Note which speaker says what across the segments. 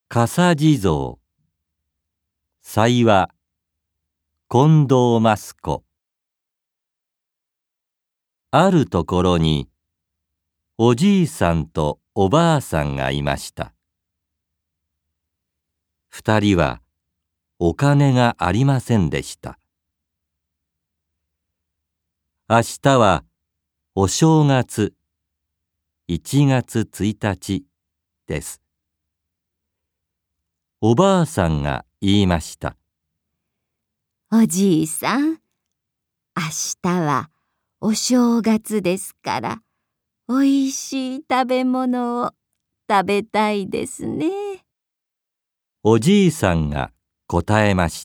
Speaker 1: 笠地蔵。祭は近藤益子。あるところにおじいさんとおばあさんがいました。二人はお金がありませんでした。明日はお正月1月1日です。おばあさんが言いました。
Speaker 2: おじいさん、明日はお正月ですから、おいしい食べ物を食べたいですね。
Speaker 1: おじいさんが答えました。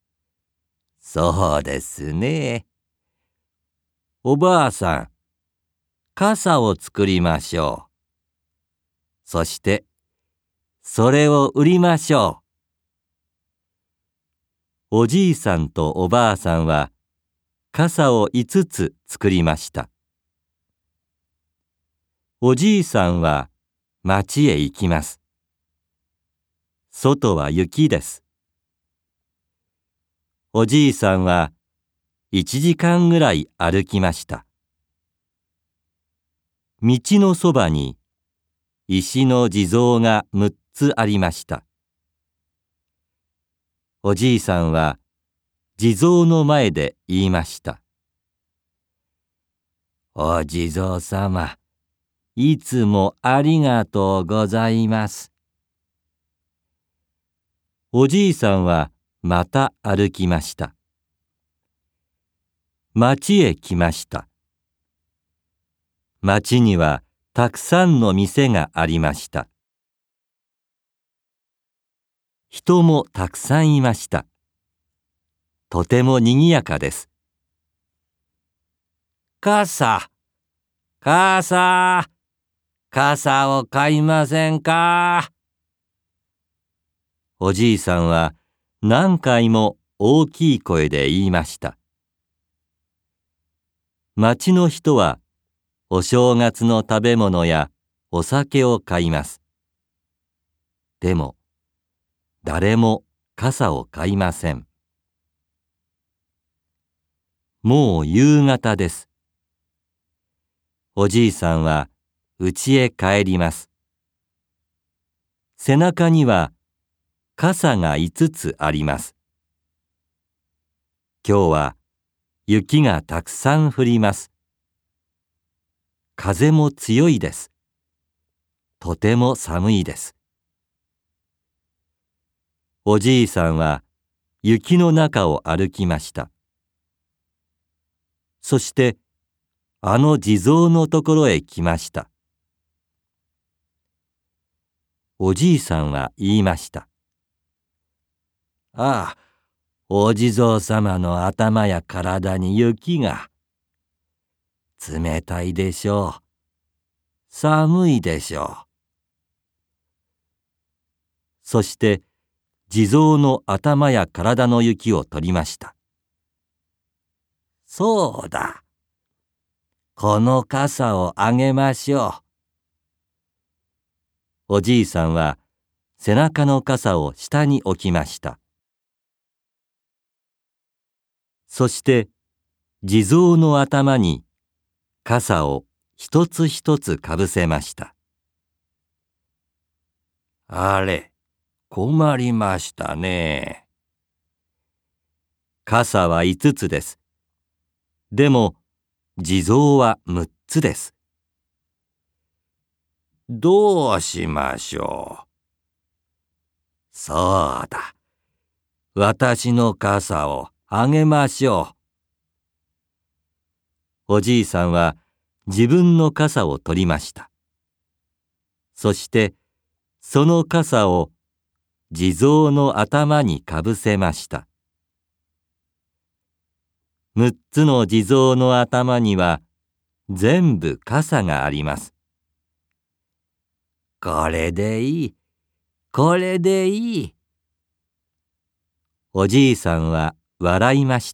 Speaker 1: そうですね。おばあさん、傘を作りましょう。そして、それを売りましょう。おじいさんとおばあさんは、傘を5つ作りました。おじいさんは町へ行きます。外は雪です。おじいさんは1時間ぐらい歩きました。道のそばに石の地蔵が6つありました。おじいさんは地蔵の前で言いました。お地蔵様、いつもありがとうございます。おじいさんはまた歩きました。町へ来ました。町にはたくさんの店がありました。人もたくさんいました。とてもにぎやかです。傘を買いませんか？おじいさんは何回も大きい声で言いました。町の人はお正月の食べ物やお酒を買います。でも、誰も傘を買いません。もう夕方です。おじいさんは家へ帰ります。背中には傘が5つあります。今日は雪がたくさん降ります。風も強いです。とても寒いです。おじいさんは雪の中を歩きました。そしてあの地蔵のところへ来ました。おじいさんは言いました。ああ、お地蔵様の頭や体に雪が。冷たいでしょう。寒いでしょう。そして地蔵の頭や体の雪を取りました。そうだ。この傘をあげましょう。おじいさんは背中の傘を下に置きました。そして地蔵の頭に傘を一つ一つかぶせました。あれ、困りましたね。傘は5つです。でも地蔵は6つです。どうしましょう。そうだ。私の傘をあげましょう。おじいさんは自分の傘を取りました。そしてその傘を地蔵の頭にかぶせました。6つの地蔵の頭には全部傘があります。これでいい。これでいい。おじいさんは笑いました。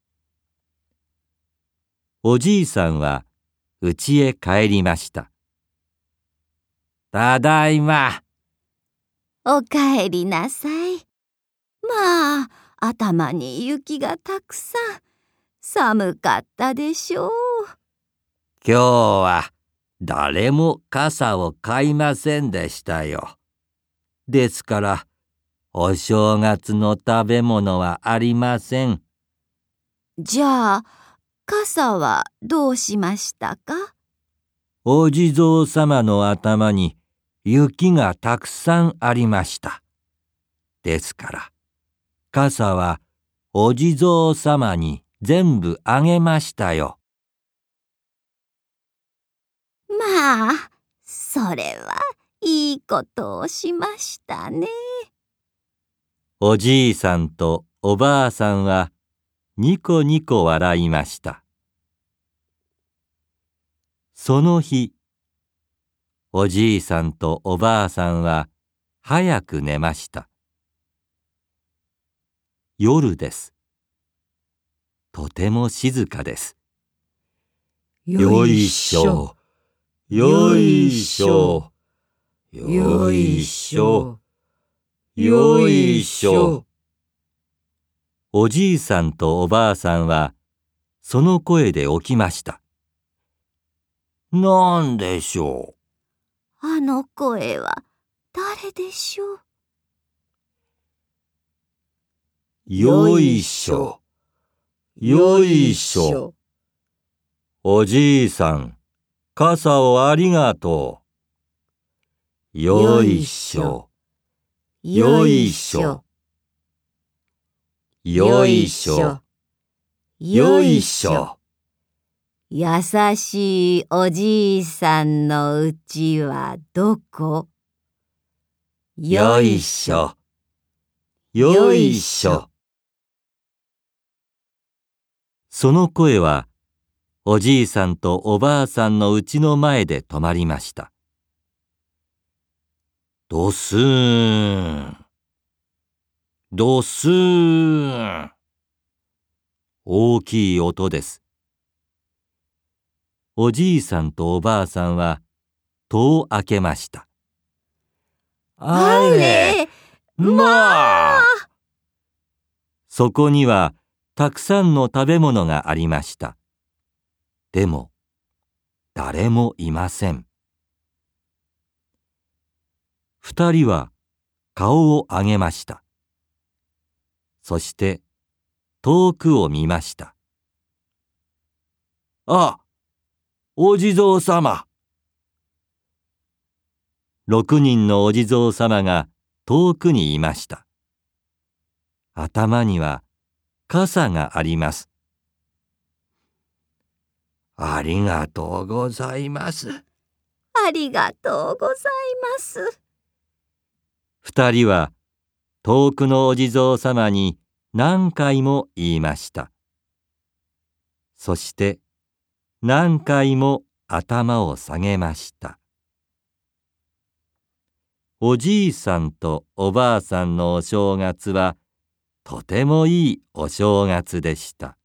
Speaker 1: おじいさんは家へ帰りました。ただいま。
Speaker 2: おかえりなさい。まあ、頭に雪がたくさん。寒かったでしょう。
Speaker 1: 今日は誰も傘を買いませんでしたよ。ですから、お正月の食べ物はありません。
Speaker 2: じゃあ、傘はどうしましたか？
Speaker 1: お地蔵様の頭に雪がたくさんありました。ですから、傘はお地蔵様に全部あげましたよ。
Speaker 2: まあ、それはいいことをしましたね。
Speaker 1: おじいさんとおばあさんはニコニコ笑いました。その日、おじいさんとおばあさんは早く寝ました。夜です。とても静かです。よいしょ、よいしょ、よいしょ、よいしょ。おじいさんとおばあさんはその声で起きました。なんでしょう。
Speaker 2: あの声は誰でしょう。
Speaker 1: よいしょ、よいしょ。おじいさん、傘をありがとう。よいしょ、よいしょ。よいしょ、よいしょ。
Speaker 2: 優しいおじいさんのうちはどこ？
Speaker 1: よいしょ、よいしょ。その声はおじいさんとおばあさんの家の前で止まりました。ドスーン、ドスーン。大きい音です。おじいさんとおばあさんは戸を開けました。
Speaker 2: あれ、まあ！
Speaker 1: そこにはたくさんの食べ物がありました。でも、誰もいません。二人は顔を上げました。そして遠くを見ました。あ、お地蔵様。6人のお地蔵様が遠くにいました。頭には傘があります。ありがとうございます。
Speaker 2: ありがとうございます。
Speaker 1: 二人は遠くのお地蔵様に何回も言いました。そして何回も頭を下げました。おじいさんとおばあさんのお正月はとてもいいお正月でした。